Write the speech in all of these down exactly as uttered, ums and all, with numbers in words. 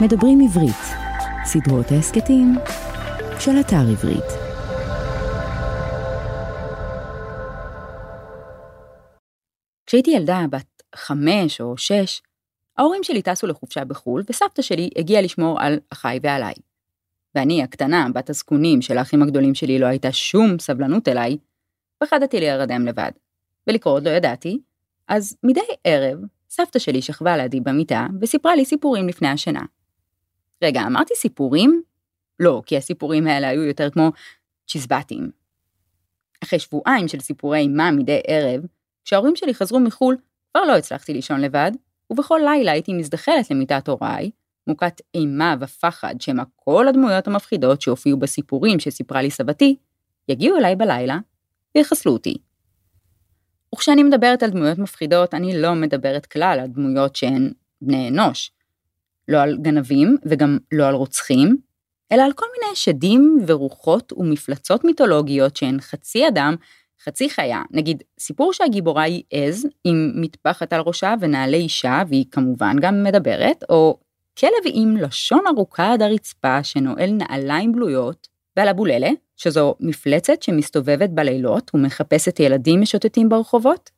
מדברים עברית, סדרות ההסקטים של אתר עברית. כשהייתי ילדה בת חמש או שש, ההורים שלי טסו לחופשה בחול, וסבתא שלי הגיעה לשמור על אחיי ועליי. ואני, הקטנה, בת הזקונים של האחים הגדולים שלי, לא הייתה שום סבלנות אליי, פחדתי להירדם לבד. ולקרוא עוד לא ידעתי, אז מדי ערב, סבתא שלי שכבה לידי במיטה, וסיפרה לי סיפורים לפני השינה. רגע, אמרתי סיפורים? לא, כי הסיפורים האלה היו יותר כמו צ'יזבטים. אחרי שבועיים של סיפורי אימה מדי ערב, כשההורים שלי חזרו מחול, כבר לא הצלחתי לישון לבד, ובכל לילה הייתי מזדחלת למיטת הוריי, מוקת אימה ופחד שמה כל הדמויות המפחידות שהופיעו בסיפורים שסיפרה לי סבתי, יגיעו אליי בלילה ויחסלו אותי. וכשאני מדברת על דמויות מפחידות, אני לא מדברת כלל על דמויות שהן בני אנוש. לא על גנבים וגם לא על רוצחים, אלא על כל מיני שדים ורוחות ומפלצות מיתולוגיות שהן חצי אדם, חצי חיה. נגיד, סיפור שהגיבורה היא עז עם מטפחת על ראשה ונעלי אישה, והיא כמובן גם מדברת, או כלב עם לשון ארוכה עד הרצפה שנועל נעליים בלויות, ועל הבוללה, שזו מפלצת שמסתובבת בלילות ומחפשת ילדים משוטטים ברחובות.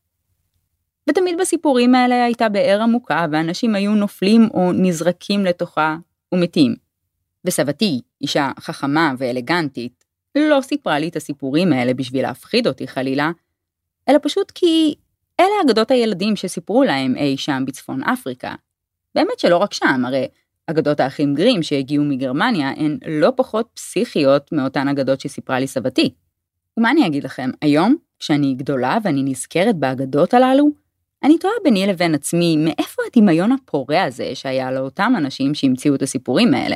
ותמיד בסיפורים האלה הייתה באר עמוקה, ואנשים היו נופלים או נזרקים לתוכה ומתים. וסבתי, אישה חכמה ואלגנטית, לא סיפרה לי את הסיפורים האלה בשביל להפחיד אותי חלילה, אלא פשוט כי אלה אגדות הילדים שסיפרו להם אי שם בצפון אפריקה. באמת שלא רק שם, הרי אגדות האחים גרים שהגיעו מגרמניה הן לא פחות פסיכיות מאותן אגדות שסיפרה לי סבתי. ומה אני אגיד לכם, היום, כשאני גדולה ואני נזכרת באגדות הללו, אני תוהה ביני לבין עצמי מאיפה הדמיון הפורה הזה שהיה לאותם אנשים שהמציאו את הסיפורים האלה.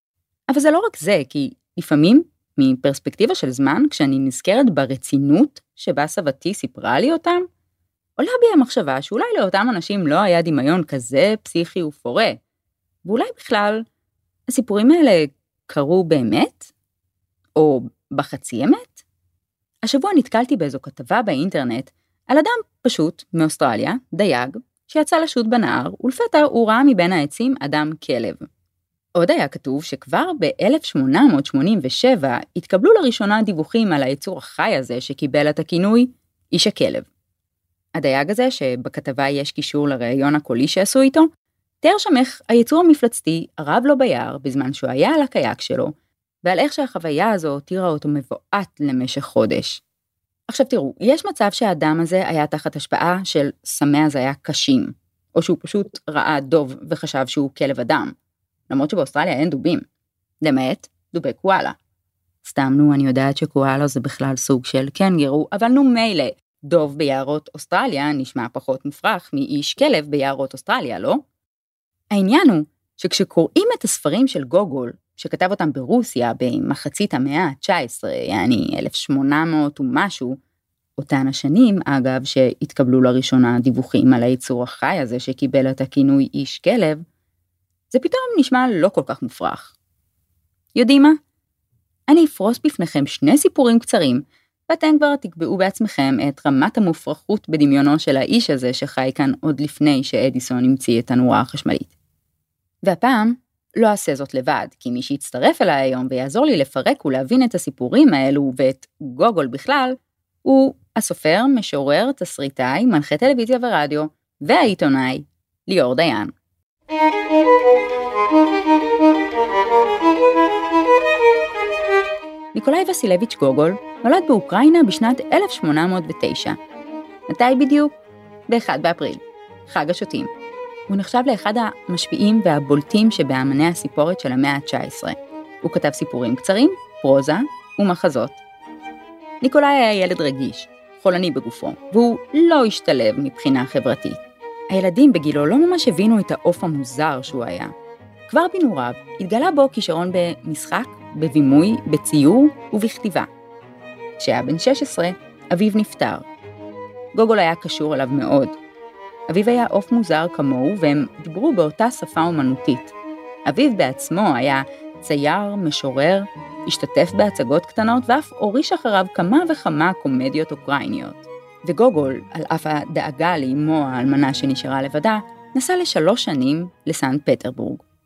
אבל זה לא רק זה, כי לפעמים, מפרספקטיבה של זמן, כשאני נזכרת ברצינות שבה סבתי סיפרה לי אותם, עולה בי המחשבה שאולי לאותם אנשים לא היה דמיון כזה פסיכי ופורה, ואולי בכלל הסיפורים האלה קרו באמת, או בחצי אמת. השבוע נתקלתי באיזו כתבה באינטרנט, על אדם פשוט מאוסטרליה, דייג, שיצא לשוט בנהר, ולפתע הוא ראה מבין העצים אדם כלב. עוד היה כתוב שכבר ב-אלף שמונה מאות שמונים ושבע התקבלו לראשונה דיווחים על היצור החי הזה שקיבל את הכינוי איש הכלב. הדייג הזה, שבכתבה יש קישור לראיון הקולי שעשו איתו, תיאר שם איך היצור המפלצתי ערב לו ביער בזמן שהוא היה על הקייק שלו, ועל איך שהחוויה הזו הותירה אותו מבועת למשך חודש. עכשיו תראו, יש מצב שהאדם הזה היה תחת השפעה של סמי הזיה קשים, או שהוא פשוט ראה דוב וחשב שהוא כלב אדם, למרות שבאוסטרליה אין דובים, למעט דובי קואלה. סתם נו, אני יודעת שקואלה זה בכלל סוג של קנגרו, אבל נו מילא, דוב ביערות אוסטרליה נשמע פחות מופרך מאיש כלב ביערות אוסטרליה, לא? העניין הוא שכשקוראים את הספרים של גוגול, שכתב אותם ברוסיה במחצית המאה ה-תשע עשרה, יעני אלף שמונה מאות ומשהו, אותן השנים, אגב, שהתקבלו לראשונה דיווחים על היצור החי הזה שקיבל את הכינוי איש כלב, זה פתאום נשמע לא כל כך מופרך. יודעים מה? אני אפרוס בפניכם שני סיפורים קצרים, ואתם כבר תקבעו בעצמכם את רמת המופרכות בדמיונו של האיש הזה שחי כאן עוד לפני שאדיסון המציא את הנורה החשמלית. והפעם לא אעשה זאת לבד, כי מי שיצטרף אליי היום ויעזור לי לפרק ולהבין את הסיפורים האלו ואת גוגול בכלל, הוא הסופר, משורר, תסריטאי, מנחה טלוויזיה ורדיו, והעיתונאי ליאור דיין. ניקולאי וסילביץ' גוגול נולד באוקראינה בשנת אלף שמונה מאות ותשע. מתי בדיוק? ב-אחד באפריל, חג השוטים. הוא נחשב לאחד המשפיעים והבולטים שבאמני הסיפורת של המאה ה-תשע עשרה. הוא כתב סיפורים קצרים, פרוזה ומחזות. ניקולאי היה ילד רגיש, חולני בגופו, והוא לא השתלב מבחינה חברתית. הילדים בגילו לא ממש הבינו את האוף המוזר שהוא היה. כבר בנעוריו התגלה בו כישרון במשחק, בבימוי, בציור ובכתיבה. כשהיה בן שש עשרה, אביו נפטר. גוגול היה קשור אליו מאוד. אביו היה אוף מוזר כמוהו, והם דיברו באותה שפה אומנותית. אביו בעצמו היה צייר, משורר, השתתף בהצגות קטנות, ואף הוריש אחריו כמה וכמה קומדיות אוקראיניות. וגוגול, על אף הדאגה לאמו האלמנה שנשארה לבדה, נסע לשלוש שנים לסנט פטרבורג.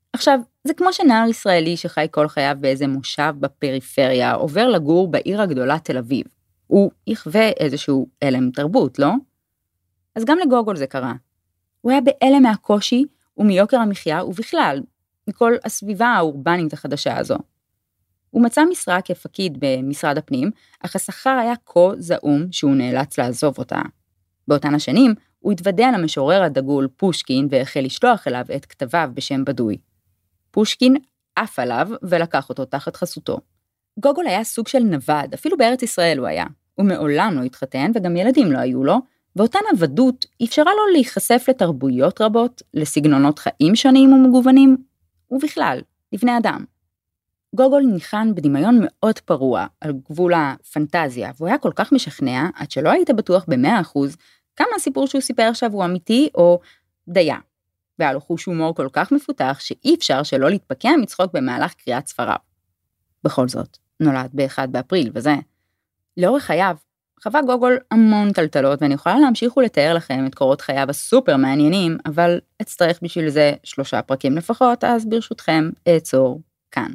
עכשיו, זה כמו שנער ישראלי שחי כל חייו באיזה מושב בפריפריה, עובר לגור בעיר הגדולה תל אביב. הוא יחווה איזשהו אלם תרבות, לא? אז גם לגוגול זה קרה. הוא היה באלם מהקושי ומיוקר המחיה, ובכלל, מכל הסביבה האורבנית החדשה הזו. הוא מצא משרה כפקיד במשרד הפנים, אך השכר היה כה זעום שהוא נאלץ לעזוב אותה. באותן השנים, הוא התוודע למשורר הדגול פושקין והחל לשלוח אליו את כתביו בשם בדוי. פושקין עף עליו ולקח אותו תחת חסותו. גוגול היה סוג של נווד, אפילו בארץ ישראל הוא היה. הוא מעולם לא התחתן וגם ילדים לא היו לו, ואותה נוודות אפשרה לו להיחשף לתרבויות רבות, לסגנונות חיים שונים ומגוונים, ובכלל, לבני אדם. גוגול ניחן בדמיון מאוד פרוע על גבול הפנטזיה, והוא היה כל כך משכנע עד שלא היית בטוח ב-מאה אחוז כמה הסיפור שהוא סיפר עכשיו הוא אמיתי או דיה. והיה לו חוש הומור כל כך מפותח שאי אפשר שלא להתפקע מצחוק במהלך קריאת ספריו. בכל זאת, נולד ב-אחד באפריל וזה. לאורך חייו, חווה גוגול המון טלטלות, ואני יכולה להמשיך ולתאר לכם את קורות חייו הסופר מעניינים, אבל אצטרך בשביל זה שלושה פרקים לפחות, אז ברשותכם אעצור כאן.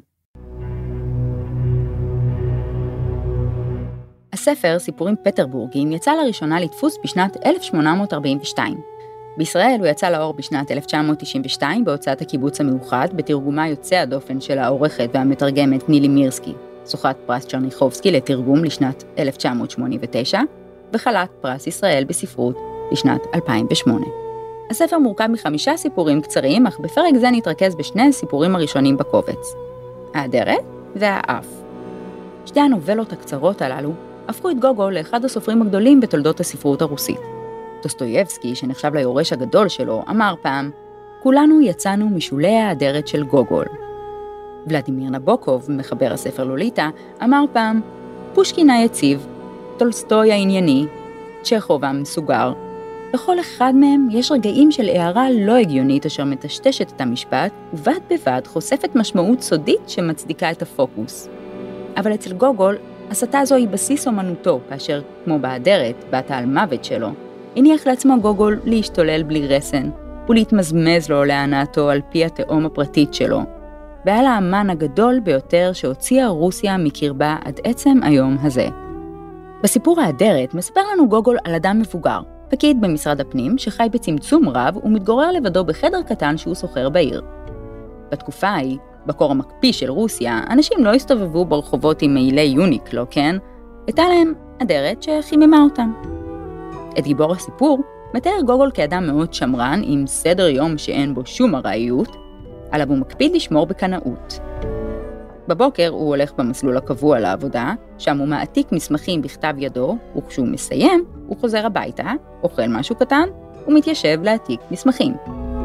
הספר סיפורים פטרבורגיים יצא לראשונה לדפוס בשנת אלף שמונה מאות ארבעים ושתיים. בישראל הוא יצא לאור בשנת אלף תשע מאות תשעים ושתיים בהוצאת הקיבוץ המאוחד, בתרגומה יוצא הדופן של העורכת והמתרגמת נילי מירסקי, זוכת פרס צ'רניחובסקי לתרגום לשנת אלף תשע מאות שמונים ותשע, וחלת פרס ישראל בספרות לשנת אלפיים ושמונה. הספר מורכב מחמישה סיפורים קצרים, אך בפרק זה נתרכז בשני הסיפורים הראשונים בקובץ, האדרת והאף. שתי הנובלות הקצרות הללו הפכו את גוגול לאחד הסופרים הגדולים בתולדות הספרות הרוסית. דוסטויבסקי, שנחשב ליורש הגדול שלו, אמר פעם, כולנו יצאנו משולי האדרת של גוגול. ולדימיר נבוקוב, מחבר הספר לוליטה, אמר פעם, פושקין היציב, טולסטוי הענייני, צ'כוב המסוגר. בכל אחד מהם יש רגעים של הערה לא הגיונית אשר מטשטשת את המשפט, ובד בבד חושפת משמעות סודית שמצדיקה את הפוקוס. אבל אצל גוגול, הסתה הזו היא בסיס אומנותו, כאשר, כמו באדרת, בת על מוות שלו, הניח לעצמו גוגול להשתולל בלי רסן, ולהתמזמז לו להנאתו על פי התאום הפרטית שלו. ועל האמן הגדול ביותר שהוציאה רוסיה מקרבה עד עצם היום הזה. בסיפור האדרת מספר לנו גוגול על אדם מבוגר, פקיד במשרד הפנים שחי בצמצום רב ומתגורר לבדו בחדר קטן שהוא סוחר בעיר. בתקופה ההיא, בקור המקפיא של רוסיה, אנשים לא הסתובבו ברחובות עם מעילי יוניק, לא כן? הייתה להם אדרת שחיממה אותם. את גיבור הסיפור מתאר גוגול כאדם מאוד שמרן עם סדר יום שאין בו שום ארעיות, עליו הוא מקפיד לשמור בקנאות. בבוקר הוא הולך במסלול הקבוע לעבודה, שם הוא מעתיק מסמכים בכתב ידו, וכשהוא מסיים, הוא חוזר הביתה, אוכל משהו קטן, ומתיישב להעתיק מסמכים.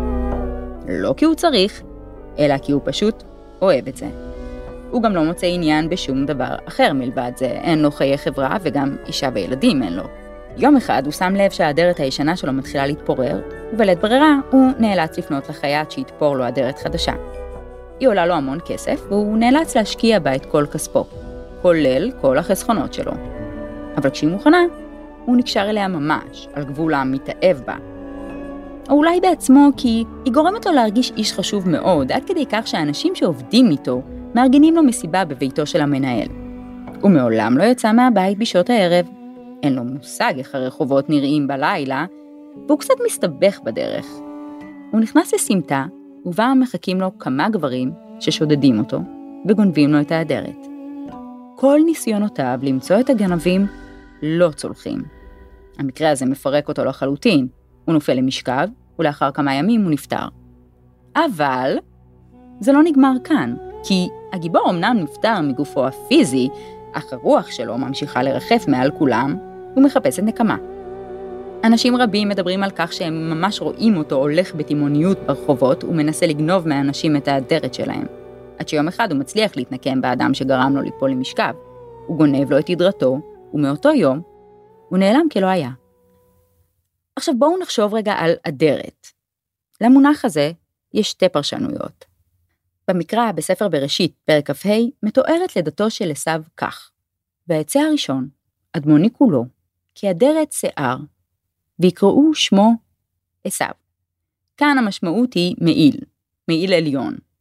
לא כי הוא צריך, אלא כי הוא פשוט אוהב את זה. הוא גם לא מוצא עניין בשום דבר אחר מלבד זה, אין לו חיי חברה וגם אישה וילדים אין לו. יום אחד הוא שם לב שהאדרת הישנה שלו מתחילה להתפורר, ובלית ברירה הוא נאלץ לפנות לחייט שיתפור לו אדרת חדשה. היא עולה לו המון כסף, והוא נאלץ להשקיע בה את כל כספו, כולל כל החסכונות שלו. אבל כשהיא מוכנה, הוא נקשר אליה ממש, על גבול המתאהב בה. או אולי בעצמו כי היא גורמת לו להרגיש איש חשוב מאוד, עד כדי כך שהאנשים שעובדים איתו מארגנים לו מסיבה בביתו של המנהל. הוא מעולם לא יצא מהבית בשעות הערב, אין לו מושג איך הרחובות נראים בלילה, והוא קצת מסתבך בדרך. הוא נכנס לסמטה, ובה מחכים לו כמה גברים ששודדים אותו וגונבים לו את האדרת. כל ניסיונותיו למצוא את הגנבים לא צולחים. המקרה הזה מפרק אותו לחלוטין, הוא נופל למשכב, ולאחר כמה ימים הוא נפטר. אבל זה לא נגמר כאן, כי הגיבור אמנם נפטר מגופו הפיזי, אך הרוח שלו ממשיכה לרחף מעל כולם, ומחפשת נקמה. אנשים רבים מדברים על כך שהם ממש רואים אותו הולך בתימוניות ברחובות, ומנסה לגנוב מהאנשים את האדרת שלהם. עד שיום אחד הוא מצליח להתנקם באדם שגרם לו ליפול למשכב. הוא גונב לו את ידרתו, ומאותו יום הוא נעלם כלא היה. עכשיו בואו נחשוב רגע על אדרת. למונח הזה יש שתי פרשנויות. במקרא בספר בראשית, פרק כ"ה, מתוארת לידתו של עשיו כך: והעצה הראשון, אדמוני כולו, כי אדרת שיער, ויקראו שמו עשיו. כאן המשמעות היא מעיל, מעיל עליון.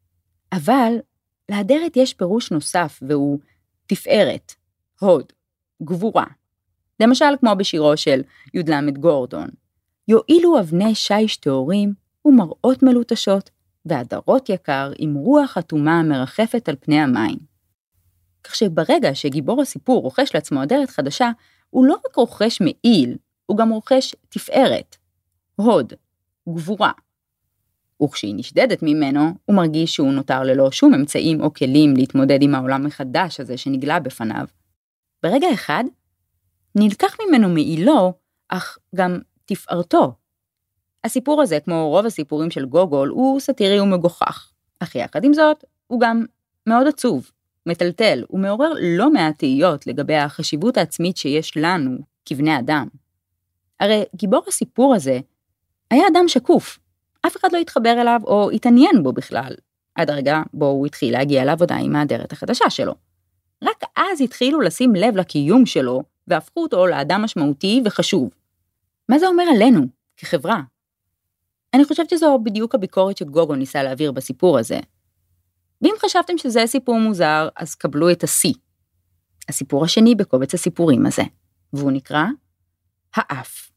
אבל להדרת יש פירוש נוסף, והוא תפארת, הוד, גבורה. למשל כמו בשירו של יודלמד גורדון, יועילו אבני שיש תאורים ומראות מלוטשות, והדרות יקר עם רוח אטומה מרחפת על פני המים. כך שברגע שגיבור הסיפור רוכש לעצמו אדרת חדשה, הוא לא רק רוכש מעיל, הוא גם רוכש תפארת, הוד, גבורה. וכשהיא נשדדת ממנו, הוא מרגיש שהוא נותר ללא שום אמצעים או כלים להתמודד עם העולם החדש הזה שנגלה בפניו. ברגע אחד, נלקח ממנו מעילו, אך גם תפארתו. הסיפור הזה, כמו רוב הסיפורים של גוגול, הוא סטירי ומגוחך. אך יחד עם זאת, הוא גם מאוד עצוב, מטלטל, ומעורר לא מעט תהיות לגבי החשיבות העצמית שיש לנו כבני אדם. הרי גיבור הסיפור הזה היה אדם שקוף. אף אחד לא התחבר אליו או התעניין בו בכלל, עד הרגע בו הוא התחיל להגיע לעבודה עם האדרת החדשה שלו. רק אז התחילו לשים לב לקיום שלו, והפכו אותו לאדם משמעותי וחשוב. מה זה אומר עלינו, כחברה? אני חושבת שזו בדיוק הביקורת שגוגול ניסה להעביר בסיפור הזה. ואם חשבתם שזה סיפור מוזר, אז קבלו את ה-C. הסיפור השני בקובץ הסיפורים הזה, והוא נקרא האף.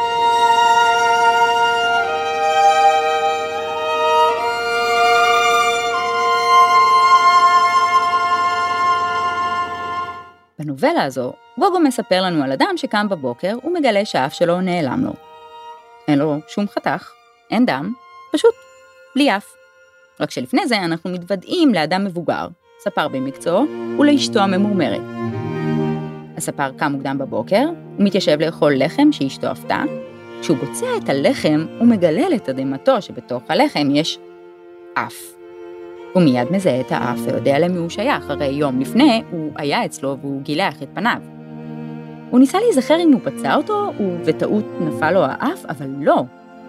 בנובלה הזו, גוגו מספר לנו על אדם שקם בבוקר ומגלה שהאף שלו נעלם לו. אין לו שום חתך, אין דם, פשוט בלי אף. רק שלפני זה אנחנו מתוודעים לאדם מבוגר, ספר במקצועו, ולאשתו הממורמרת. הספר קם מוקדם בבוקר, הוא מתיישב לאכול לחם שאשתו אפתה. כשהוא בוצע את הלחם, הוא מגלה לתדהמתו שבתוך הלחם יש אף. הוא מיד מזהה את האף ויודע למי הוא שייך, הרי יום לפני הוא היה אצלו והוא גילח את פניו. הוא ניסה להיזכר אם הוא פצע אותו, ובטעות נפל לו האף, אבל לא.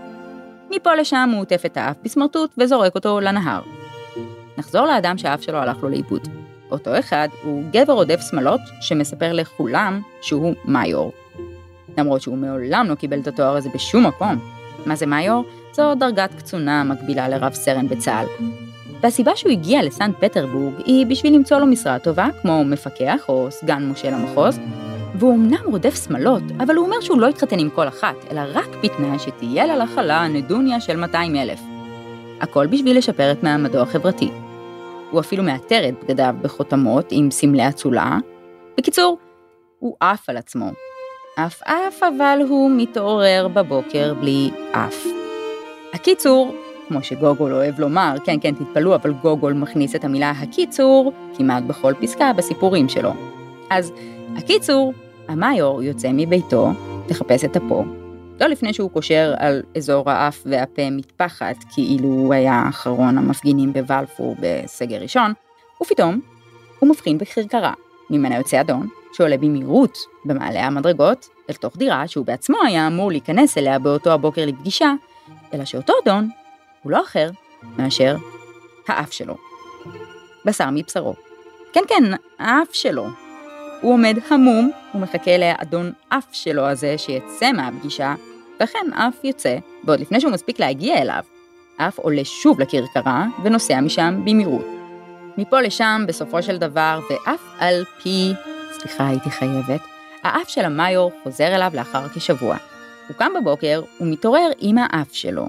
מפה לשם הוא עוטף את האף בסמרטוט וזורק אותו לנהר. נחזור לאדם שהאף שלו הלך לו לאיבוד. אותו אחד הוא גבר עודף שמלות שמספר לכולם שהוא מאיור. למרות שהוא מעולם לא קיבל את התואר הזה בשום מקום. מה זה מאיור? זו דרגת קצונה מקבילה לרב סרן בצה"ל. והסיבה שהוא הגיע לסנט פטרבורג היא בשביל למצוא לו משרה טובה, כמו מפקח או סגן מושל המחוז, והוא אמנם רודף שמלות, אבל הוא אומר שהוא לא יתחתן עם כל אחת, אלא רק בתנאי שתהיה לה לחלה נדוניה של מאתיים אלף. הכל בשביל לשפר את מעמדו החברתי. הוא אפילו מאתר את בגדיו בחותמות עם סמלי אצולה. בקיצור, הוא עף על עצמו. אף אף, אבל הוא מתעורר בבוקר בלי אף. הקיצור, כמו שגוגול אוהב לומר, כן כן תתפלו, אבל גוגול מכניס את המילה הקיצור כמעט בכל פסקה בסיפורים שלו. אז הקיצור, המאיור יוצא מביתו לחפש את אפו, לא לפני שהוא קושר על אזור האף והפה מטפחת, כאילו הוא היה אחרון המפגינים בבלפור בסגר ראשון, ופתאום הוא מבחין בכרכרה, ממנה יוצא אדון, שעולה במהירות במעלה המדרגות, אל תוך דירה שהוא בעצמו היה אמור להיכנס אליה באותו הבוקר לפגישה, אלא שאותו אדון הוא לא אחר מאשר האף שלו. בשר מבשרו. כן כן, האף שלו. הוא עומד המום, הוא מחכה לאדון אף שלו הזה שיצא מהפגישה, וכן אף יוצא, ועוד לפני שהוא מספיק להגיע אליו, אף עולה שוב לכרכרה ונוסע משם במהירות. מפה לשם בסופו של דבר, ואף על פי, סליחה הייתי חייבת, האף של המאיור חוזר אליו לאחר כשבוע. הוא קם בבוקר ומתעורר עם האף שלו.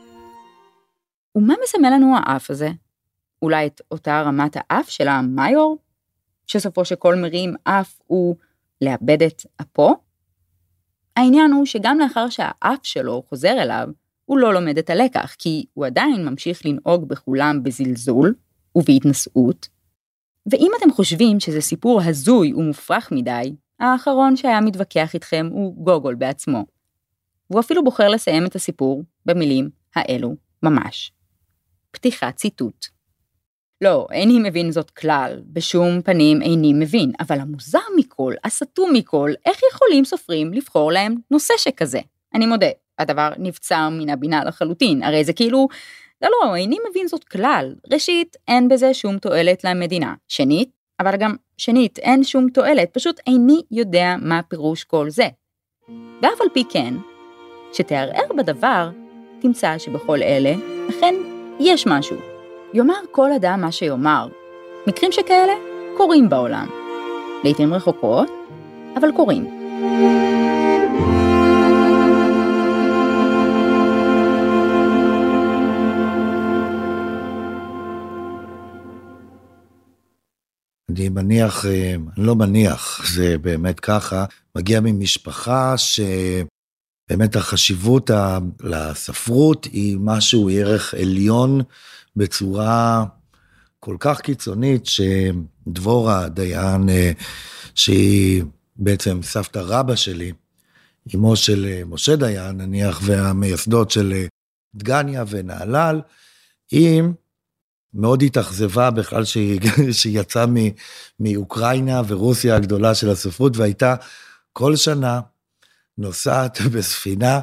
ומה מסמל לנו האף הזה? אולי את אותה רמת האף של המאיור? שסופו שכל מרים אף הוא לאבד את אפו? העניין הוא שגם לאחר שהאף שלו חוזר אליו, הוא לא לומד את הלקח, כי הוא עדיין ממשיך לנהוג בכולם בזלזול ובהתנשאות. ואם אתם חושבים שזה סיפור הזוי ומופרך מדי, האחרון שהיה מתווכח איתכם הוא גוגול בעצמו. והוא אפילו בוחר לסיים את הסיפור במילים האלו ממש. פתיחת ציטוט. לא, איני מבין זאת כלל, בשום פנים איני מבין, אבל המוזר מכל, הסתום מכל, איך יכולים סופרים לבחור להם נושא שכזה? אני מודה, הדבר נבצר מן הבינה לחלוטין, הרי זה כאילו, לא לא, איני מבין זאת כלל. ראשית, אין בזה שום תועלת למדינה. שנית, אבל גם שנית, אין שום תועלת, פשוט איני יודע מה פירוש כל זה. ואף על פי כן, שתערער בדבר, תמצא שבכל אלה, אכן יש משהו. יאמר כל אדם מה שיאמר. מקרים שכאלה קורים בעולם. לעתים רחוקות, אבל קורים. אני מניח, אני לא מניח, זה באמת ככה, מגיע ממשפחה שבאמת החשיבות לספרות היא משהו, ערך עליון בצורה כל כך קיצונית, שדבורה דיין, שהיא בעצם סבתא רבא שלי, אמו של משה דיין, נניח, והמייסדות של דגניה ונהלל, היא מאוד התאכזבה בכלל שהיא, שהיא יצאה מ, מאוקראינה ורוסיה הגדולה של הספרות, והייתה כל שנה נוסעת בספינה,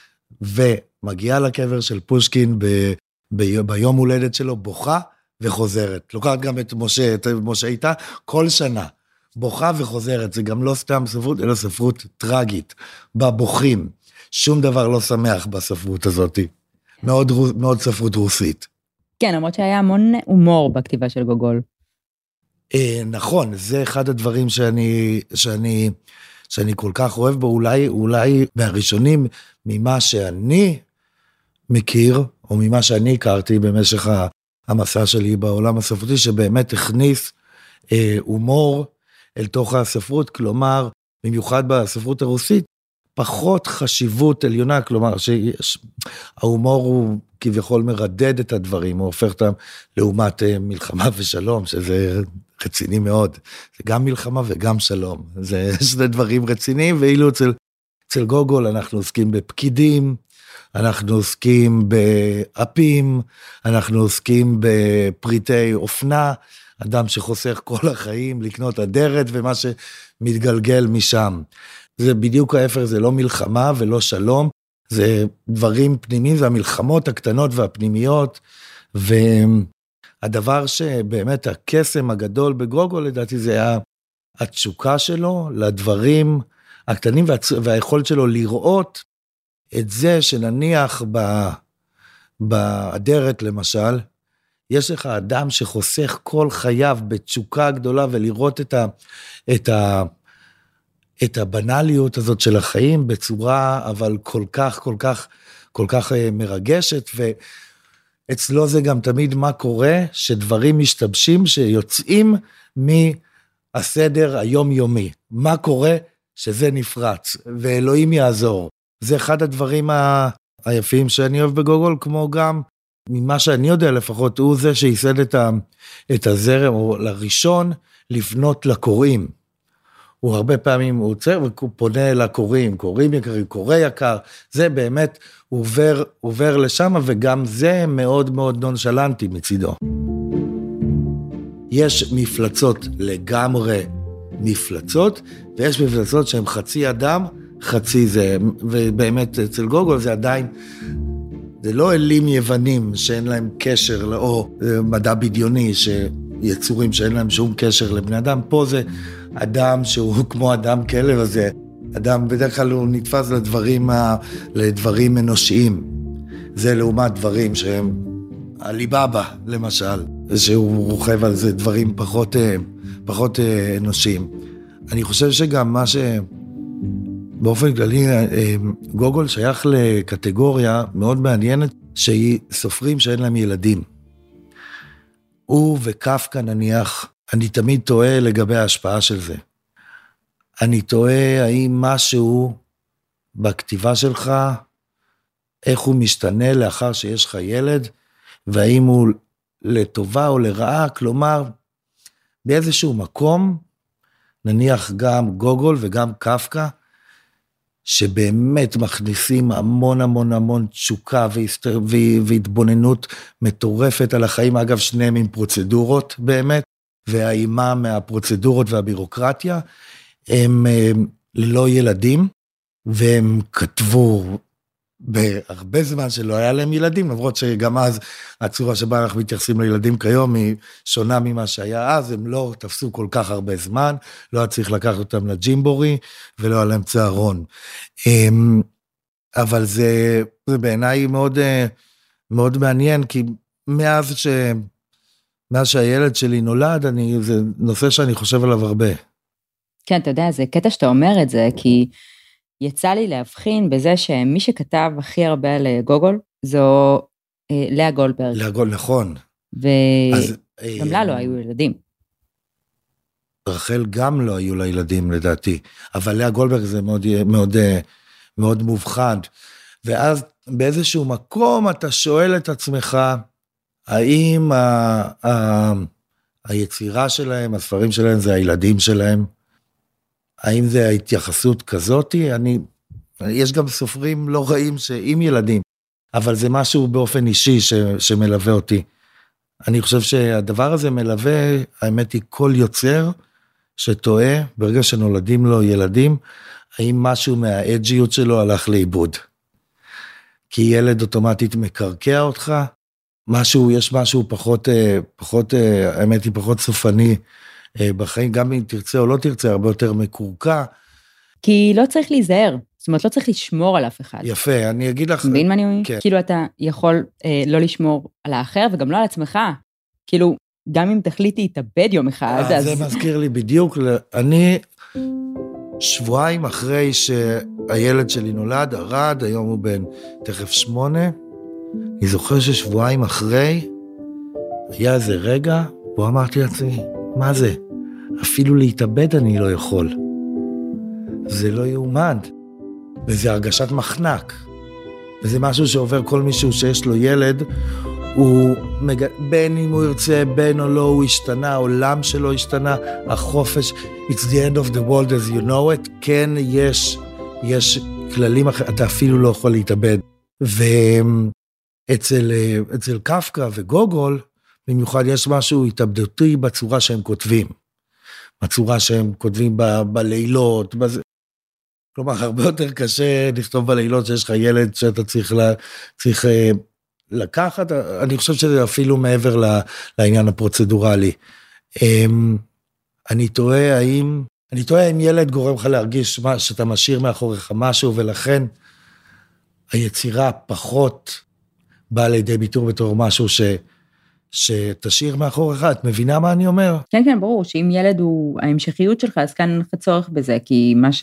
ומגיעה לקבר של פושקין ב, ב, ביום הולדת שלו, בוכה וחוזרת. לוקחת גם את משה, את משה איתה, כל שנה, בוכה וחוזרת. זה גם לא סתם ספרות, אלא ספרות טרגית, בבוכים. שום דבר לא שמח בספרות הזאת. מאוד, מאוד ספרות רוסית. כן, למרות שהיה המון הומור בכתיבה של גוגול. אה, נכון, זה אחד הדברים שאני, שאני, שאני כל כך אוהב בו, אולי, אולי מהראשונים ממה שאני מכיר, או ממה שאני הכרתי במשך המסע שלי בעולם הספרותי, שבאמת הכניס אה, הומור אל תוך הספרות, כלומר, במיוחד בספרות הרוסית, פחות חשיבות עליונה, כלומר, שההומור הוא כביכול מרדד את הדברים, הוא הופך אותם לעומת מלחמה ושלום, שזה רציני מאוד. זה גם מלחמה וגם שלום. זה שני דברים רציניים, ואילו אצל, אצל גוגול אנחנו עוסקים בפקידים, אנחנו עוסקים באפים, אנחנו עוסקים בפריטי אופנה, אדם שחוסך כל החיים לקנות אדרת, ומה שמתגלגל משם. זה בדיוק ההפך, זה לא מלחמה ולא שלום, זה דברים פנימיים, זה המלחמות הקטנות והפנימיות, והדבר שבאמת הקסם הגדול בגוגול, לדעתי זה היה התשוקה שלו לדברים הקטנים, והיכולת שלו לראות את זה שנניח באדרת למשל, יש לך אדם שחוסך כל חייו בתשוקה גדולה, ולראות את ה... את ה את הבנליות הזאת של החיים בצורה, אבל כל כך, כל כך, כל כך מרגשת, ואצלו זה גם תמיד מה קורה, שדברים משתבשים, שיוצאים מהסדר היומיומי. מה קורה? שזה נפרץ, ואלוהים יעזור. זה אחד הדברים היפים שאני אוהב בגוגול, כמו גם ממה שאני יודע לפחות, הוא זה שיסד את, ה, את הזרם, או לראשון, לפנות לקוראים. הוא הרבה פעמים הוא עוצר, והוא פונה לקוראים, קוראים יקרים, קורא יקר, זה באמת עובר, עובר לשם, וגם זה מאוד מאוד נונשלנטי מצידו. יש מפלצות לגמרי מפלצות, ויש מפלצות שהן חצי אדם, חצי זה, ובאמת אצל גוגול זה עדיין, זה לא אלים יוונים שאין להם קשר, או מדע בדיוני, שיצורים שאין להם שום קשר לבני אדם, פה זה אדם שהוא כמו אדם כלב, אז זה אדם, בדרך כלל הוא נתפס לדברים, לדברים אנושיים. זה לעומת דברים שהם, הליבאבא למשל, שהוא רוכב על זה דברים פחות, פחות אנושיים. אני חושב שגם מה שבאופן כללי, גוגול שייך לקטגוריה מאוד מעניינת, שהיא סופרים שאין להם ילדים. הוא וקפקא נניח, אני תמיד טועה לגבי ההשפעה של זה. אני טועה האם משהו בכתיבה שלך, איך הוא משתנה לאחר שיש לך ילד, והאם הוא לטובה או לרעה, כלומר, באיזשהו מקום, נניח גם גוגול וגם קפקא, שבאמת מכניסים המון המון המון תשוקה והתבוננות מטורפת על החיים, אגב שניהם עם פרוצדורות באמת, והאימה מהפרוצדורות והבירוקרטיה, הם ללא ילדים, והם כתבו בהרבה זמן שלא היה להם ילדים, למרות שגם אז הצורה שבה אנחנו מתייחסים לילדים כיום היא שונה ממה שהיה אז, הם לא תפסו כל כך הרבה זמן, לא היה צריך לקחת אותם לג'ימבורי, ולא היה להם צהרון. אבל זה, זה בעיניי מאוד, מאוד מעניין, כי מאז ש... מאז שהילד שלי נולד, אני, זה נושא שאני חושב עליו הרבה. כן, אתה יודע, זה קטע שאתה אומר את זה, כי יצא לי להבחין בזה שמי שכתב הכי הרבה על גוגול, זו אה, לאה גולדברג. לאה גולדברג, נכון. וגם לה לא היו ילדים. רחל גם לא היו לה ילדים לדעתי, אבל לאה גולדברג זה מאוד, מאוד, מאוד מובחן. ואז באיזשהו מקום אתה שואל את עצמך, האם ה, ה, היצירה שלהם, הספרים שלהם זה הילדים שלהם? האם זה ההתייחסות כזאת? אני, יש גם סופרים לא רעים שעם ילדים, אבל זה משהו באופן אישי ש, שמלווה אותי. אני חושב שהדבר הזה מלווה, האמת היא כל יוצר שטועה, ברגע שנולדים לו ילדים, האם משהו מהאג'יות שלו הלך לאיבוד. כי ילד אוטומטית מקרקע אותך, משהו, יש משהו פחות, פחות, האמת היא פחות סופני בחיים, גם אם תרצה או לא תרצה, הרבה יותר מקורקע. כי לא צריך להיזהר, זאת אומרת, לא צריך לשמור על אף אחד. יפה, אני אגיד לך... מבין מה אני אומר? כן. כאילו אתה יכול אה, לא לשמור על האחר, וגם לא על עצמך. כאילו, גם אם תחליטי להתאבד יום אחד, אז... זה מזכיר לי בדיוק, אני שבועיים אחרי שהילד שלי נולד, ארד, היום הוא בן תכף שמונה, אני זוכר ששבועיים אחרי, היה איזה רגע, בו אמרתי לעצמי, מה זה? אפילו להתאבד אני לא יכול. זה לא יאומן. וזה הרגשת מחנק. וזה משהו שעובר כל מישהו שיש לו ילד, הוא, מג... בין אם הוא ירצה, בין או לא, הוא השתנה, העולם שלו השתנה, החופש, it's the end of the world as you know it, כן, יש, יש כללים אחרים, אתה אפילו לא יכול להתאבד. ואצל אצל קפקא וגוגול, במיוחד יש משהו התאבדותי בצורה שהם כותבים. בצורה שהם כותבים ב... בלילות, בזה. כלומר, הרבה יותר קשה לכתוב בלילות שיש לך ילד שאתה צריך, לה, צריך לקחת, אני חושב שזה אפילו מעבר לעניין הפרוצדורלי. אני תוהה האם, אני תוהה האם ילד גורם לך להרגיש שאתה משאיר מאחוריך משהו, ולכן היצירה פחות באה לידי ביטוי בתור משהו ש... שתשאיר מאחוריך, את מבינה מה אני אומר? כן, כן, ברור, שאם ילד הוא ההמשכיות שלך, אז כאן אין לך צורך בזה, כי מה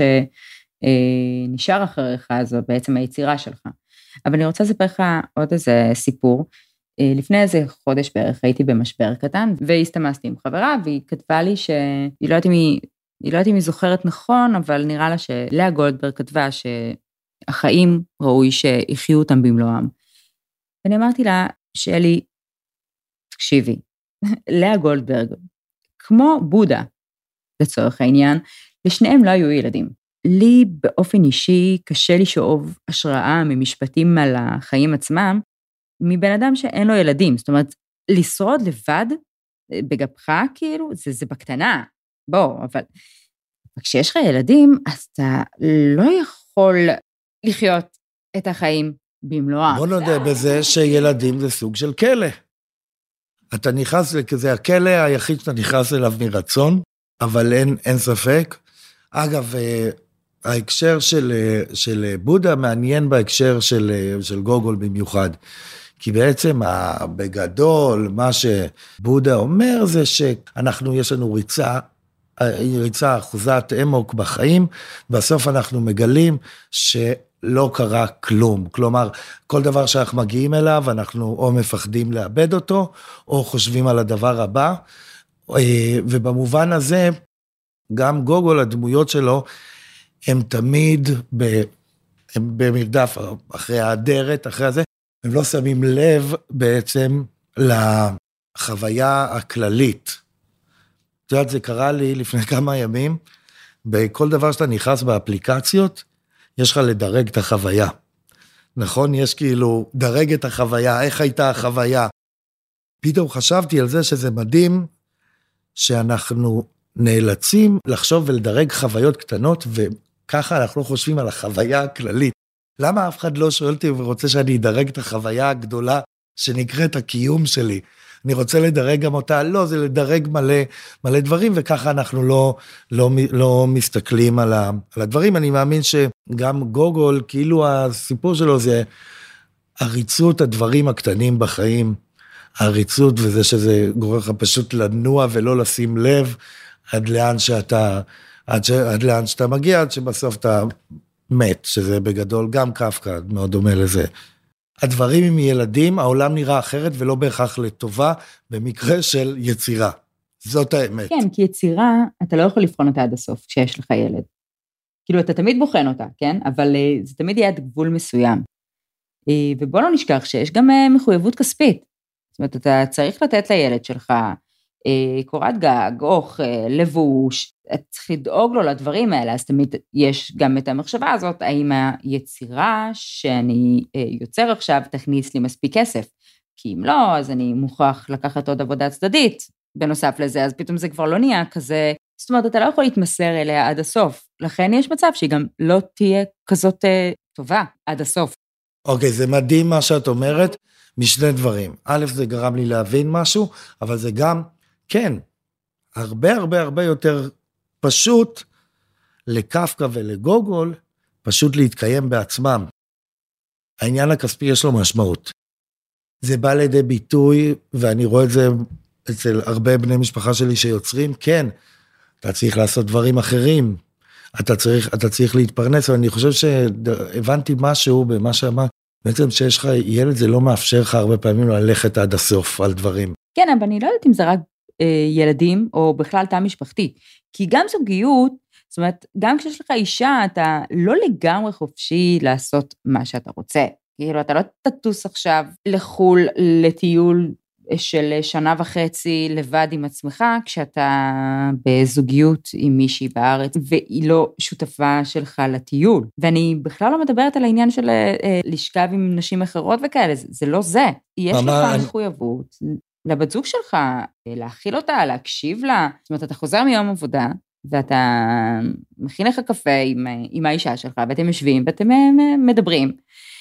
שנשאר אחריך, זו בעצם היצירה שלך. אבל אני רוצה לספר לך עוד איזה סיפור. לפני איזה חודש בערך הייתי במשבר קטן, והסתמסתי עם חברה, והיא כתבה לי שהיא לא יודעת אם היא, היא לא יודעת אם היא זוכרת נכון, אבל נראה לה שלאה גולדברג כתבה שהחיים ראוי שיחיו אותם במלואם. ואני אמרתי לה, שלי, תקשיבי, לאה גולדברג, כמו בודה, לצורך העניין, לשניהם לא היו ילדים. לי באופן אישי קשה לשאוב השראה ממשפטים על החיים עצמם, מבן אדם שאין לו ילדים. זאת אומרת, לשרוד לבד, בגבך כאילו, זה, זה בקטנה. בוא, אבל כשיש לך ילדים, אז אתה לא יכול לחיות את החיים במלואם. בוא נודה בזה שילדים זה סוג של כלא. אתה נכנס לכזה הכלא היחיד שאתה נכנס אליו מרצון, אבל אין, אין ספק. אגב, ההקשר של, של בודה מעניין בהקשר של, של גוגול במיוחד, כי בעצם בגדול מה שבודה אומר זה שאנחנו, יש לנו ריצה, ריצה אחוזת אמוק בחיים, בסוף אנחנו מגלים ש... לא קרה כלום, כלומר, כל דבר שאנחנו מגיעים אליו, אנחנו או מפחדים לאבד אותו, או חושבים על הדבר הבא, ובמובן הזה, גם גוגול, הדמויות שלו, הם תמיד ב, הם במרדף, אחרי האדרת, אחרי הזה, הם לא שמים לב בעצם לחוויה הכללית. את יודעת, זה קרה לי לפני כמה ימים, בכל דבר שאתה נכנס באפליקציות, יש לך לדרג את החוויה. נכון? יש כאילו, דרג את החוויה, איך הייתה החוויה. פתאום חשבתי על זה שזה מדהים, שאנחנו נאלצים לחשוב ולדרג חוויות קטנות, וככה אנחנו חושבים על החוויה הכללית. למה אף אחד לא שואל אותי ורוצה שאני אדרג את החוויה הגדולה, שנקראת הקיום שלי? אני רוצה לדרג גם אותה, לא, זה לדרג מלא, מלא דברים, וככה אנחנו לא, לא, לא מסתכלים על, ה, על הדברים. אני מאמין שגם גוגול, כאילו הסיפור שלו זה עריצות הדברים הקטנים בחיים, העריצות וזה שזה גורם לך פשוט לנוע ולא לשים לב עד לאן שאתה, עד, ש, עד לאן שאתה מגיע, עד שבסוף אתה מת, שזה בגדול גם קפקא, מאוד דומה לזה. הדברים עם ילדים, העולם נראה אחרת ולא בהכרח לטובה, במקרה של יצירה. זאת האמת. כן, כי יצירה, אתה לא יכול לבחון אותה עד הסוף כשיש לך ילד. כאילו, אתה תמיד בוחן אותה, כן? אבל זה תמיד יהיה עד גבול מסוים. ובוא לא נשכח שיש גם מחויבות כספית. זאת אומרת, אתה צריך לתת לילד שלך קורת גג, אוכל, לבוש, אתה צריך לדאוג לו לדברים האלה, אז תמיד יש גם את המחשבה הזאת, האם היצירה שאני יוצר עכשיו תכניס לי מספיק כסף, כי אם לא, אז אני מוכרח לקחת עוד עבודה צדדית, בנוסף לזה, אז פתאום זה כבר לא נהיה כזה, זאת אומרת, אתה לא יכול להתמסר אליה עד הסוף, לכן יש מצב שהיא גם לא תהיה כזאת טובה עד הסוף. אוקיי, זה מדהים מה שאת אומרת, משני דברים. א', זה גרם לי להבין משהו, אבל זה גם, כן, הרבה הרבה הרבה יותר פשוט לקפקא ולגוגול, פשוט להתקיים בעצמם. העניין הכספי יש לו משמעות. זה בא לידי ביטוי, ואני רואה את זה אצל הרבה בני משפחה שלי שיוצרים, כן, אתה צריך לעשות דברים אחרים, אתה צריך, אתה צריך להתפרנס, אבל אני חושב שהבנתי משהו במה שאמר, בעצם שיש לך ילד זה לא מאפשר לך הרבה פעמים ללכת עד הסוף על דברים. כן, אבל אני לא יודעת אם זה רק אה, ילדים או בכלל תא משפחתי, כי גם זוגיות, זאת אומרת, גם כשיש לך אישה, אתה לא לגמרי חופשי לעשות מה שאתה רוצה. כאילו, אתה לא תטוס עכשיו לחול לטיול של שנה וחצי לבד עם עצמך, כשאתה בזוגיות עם מישהי בארץ, והיא לא שותפה שלך לטיול. ואני בכלל לא מדברת על העניין של לשכב עם נשים אחרות וכאלה, זה, זה לא זה. יש לך אני... מחויבות לבת זוג שלך, להכיל אותה, להקשיב לה. זאת אומרת, אתה חוזר מיום עבודה, ואתה מכין לך קפה עם, עם האישה שלך, ואתם יושבים, ואתם מדברים.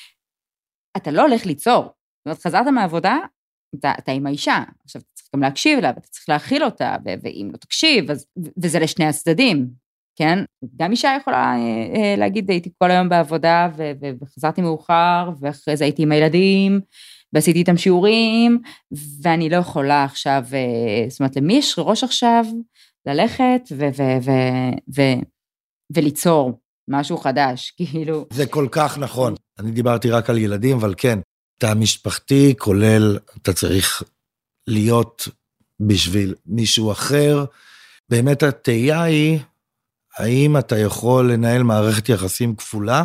אתה לא הולך ליצור. זאת אומרת, חזרת מהעבודה, אתה, אתה עם האישה, עכשיו אתה צריך גם להקשיב לה, ואתה צריך להכיל אותה, ו- ואם לא תקשיב, אז, וזה לשני הצדדים, כן? גם אישה יכולה אה, להגיד, הייתי כל היום בעבודה, ו- ו- וחזרתי מאוחר, ואחרי זה הייתי עם הילדים, ועשיתי איתם שיעורים, ואני לא יכולה עכשיו, אה, זאת אומרת, למי יש ראש עכשיו ללכת, ו- ו- ו- ו- וליצור משהו חדש, כאילו. זה כל כך נכון. אני דיברתי רק על ילדים, אבל כן, תא משפחתי כולל, אתה צריך להיות בשביל מישהו אחר. באמת התהייה היא, האם אתה יכול לנהל מערכת יחסים כפולה,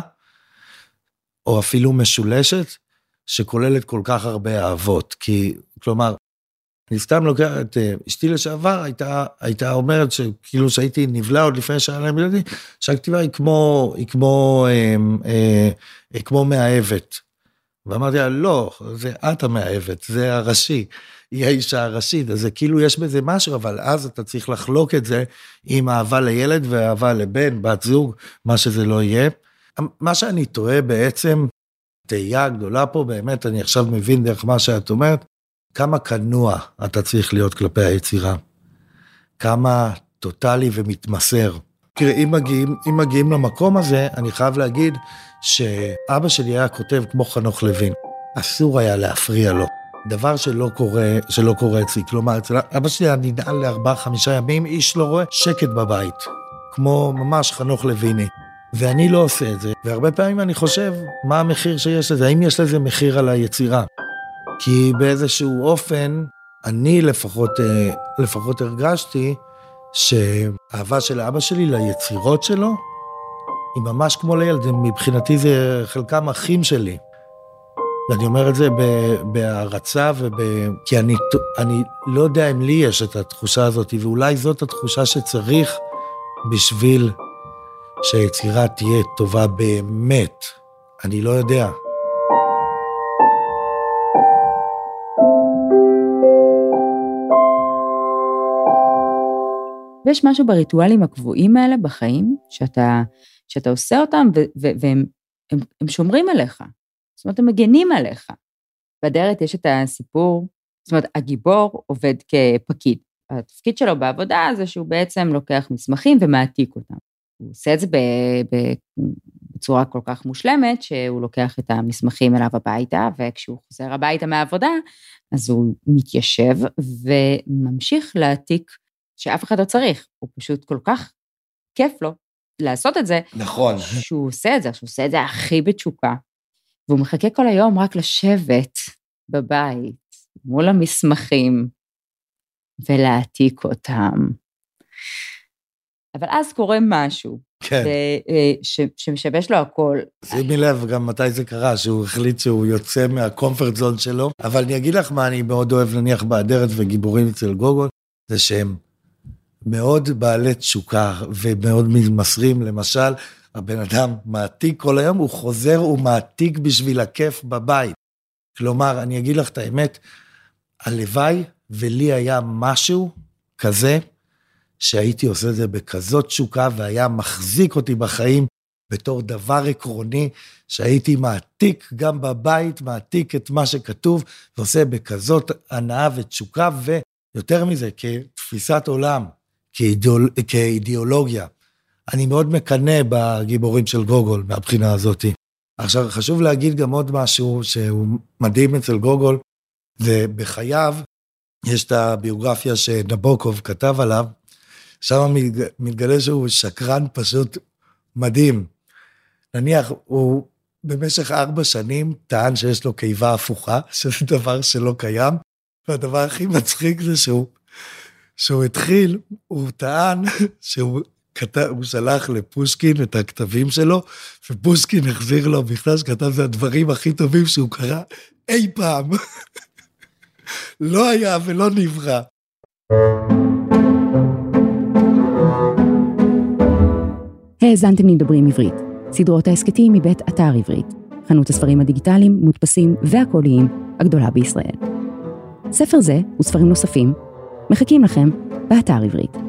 או אפילו משולשת, שכוללת כל כך הרבה אהבות. כי, כלומר, אני סתם לוקח את אשתי לשעבר, הייתה, הייתה אומרת שכאילו שהייתי נבלה עוד לפני שעה להם ילדים, שהכתיבה היא כמו, היא כמו, אה, אה, היא כמו מאהבת. ואמרתי לה, לא, זה את המאהבת, זה הראשי, היא האישה הראשית, אז זה כאילו יש בזה משהו, אבל אז אתה צריך לחלוק את זה עם אהבה לילד ואהבה לבן, בת זוג, מה שזה לא יהיה. מה שאני טועה בעצם, תהייה הגדולה פה, באמת, אני עכשיו מבין דרך מה שאת אומרת, כמה כנוע אתה צריך להיות כלפי היצירה, כמה טוטלי ומתמסר. תראה, אם מגיעים, אם מגיעים למקום הזה, אני חייב להגיד שאבא שלי היה כותב כמו חנוך לוין. אסור היה להפריע לו. דבר שלא קורה, שלא קורה אצלי. כלומר, אצל אבא שלי היה ננעל לארבעה, חמישה ימים, איש לא רואה שקט בבית. כמו ממש חנוך לויני. ואני לא עושה את זה. והרבה פעמים אני חושב, מה המחיר שיש לזה? האם יש לזה מחיר על היצירה? כי באיזשהו אופן, אני לפחות, לפחות הרגשתי, שהאהבה של אבא שלי ליצירות שלו, היא ממש כמו לילד, מבחינתי זה חלקם אחים שלי. ואני אומר את זה בהרצה, וב... כי אני, אני לא יודע אם לי יש את התחושה הזאת, ואולי זאת התחושה שצריך בשביל שהיצירה תהיה טובה באמת. אני לא יודע. ויש משהו בריטואלים הקבועים האלה בחיים, שאתה, שאתה עושה אותם, ו- ו- והם הם, הם שומרים עליך. זאת אומרת, הם מגנים עליך. בדרך יש את הסיפור, זאת אומרת, הגיבור עובד כפקיד. התפקיד שלו בעבודה זה שהוא בעצם לוקח מסמכים ומעתיק אותם. הוא עושה את זה בצורה כל כך מושלמת, שהוא לוקח את המסמכים אליו הביתה, וכשהוא חוזר הביתה מהעבודה, אז הוא מתיישב וממשיך להעתיק שאף אחד לא צריך, הוא פשוט כל כך כיף לו לעשות את זה, נכון. שהוא עושה את זה, שהוא עושה את זה הכי בתשוקה, והוא מחכה כל היום רק לשבת בבית, מול המסמכים, ולהעתיק אותם. אבל אז קורה משהו, כן. ש, שמשבש לו הכל. שימי לב גם מתי זה קרה, שהוא החליט שהוא יוצא מהקומפרט זון שלו, אבל אני אגיד לך מה אני מאוד אוהב נניח באדרת וגיבורים אצל גוגול, זה שהם מאוד בעלי תשוקה ומאוד מסרים, למשל, הבן אדם מעתיק כל היום, הוא חוזר ומעתיק בשביל הכיף בבית. כלומר, אני אגיד לך את האמת, הלוואי ולי היה משהו כזה, שהייתי עושה את זה בכזאת תשוקה, והיה מחזיק אותי בחיים בתור דבר עקרוני, שהייתי מעתיק גם בבית, מעתיק את מה שכתוב, ועושה בכזאת הנאה ותשוקה, ויותר מזה, כתפיסת עולם, כאידיאול, כאידיאולוגיה. אני מאוד מקנה בגיבורים של גוגול, מהבחינה הזאת. עכשיו, חשוב להגיד גם עוד משהו, שהוא מדהים אצל גוגול, ובחייו, יש את הביוגרפיה שנבוקוב כתב עליו, שם מתגלה שהוא שקרן פשוט מדהים. נניח, הוא במשך ארבע שנים טען שיש לו קיבה הפוכה, שזה דבר שלא קיים, והדבר הכי מצחיק זה שהוא, שהוא התחיל, הוא טען שהוא כתב, הוא שלח לפושקין את הכתבים שלו, ופושקין החזיר לו בכלל שכתב זה הדברים הכי טובים שהוא קרא אי פעם. לא היה ולא נברא. האזנתם לדברים עברית, סדרות העסקתים מבית אתר עברית, חנות הספרים הדיגיטליים, מודפסים והקוליים הגדולה בישראל. ספר זה וספרים נוספים מחכים לכם באתר עברית.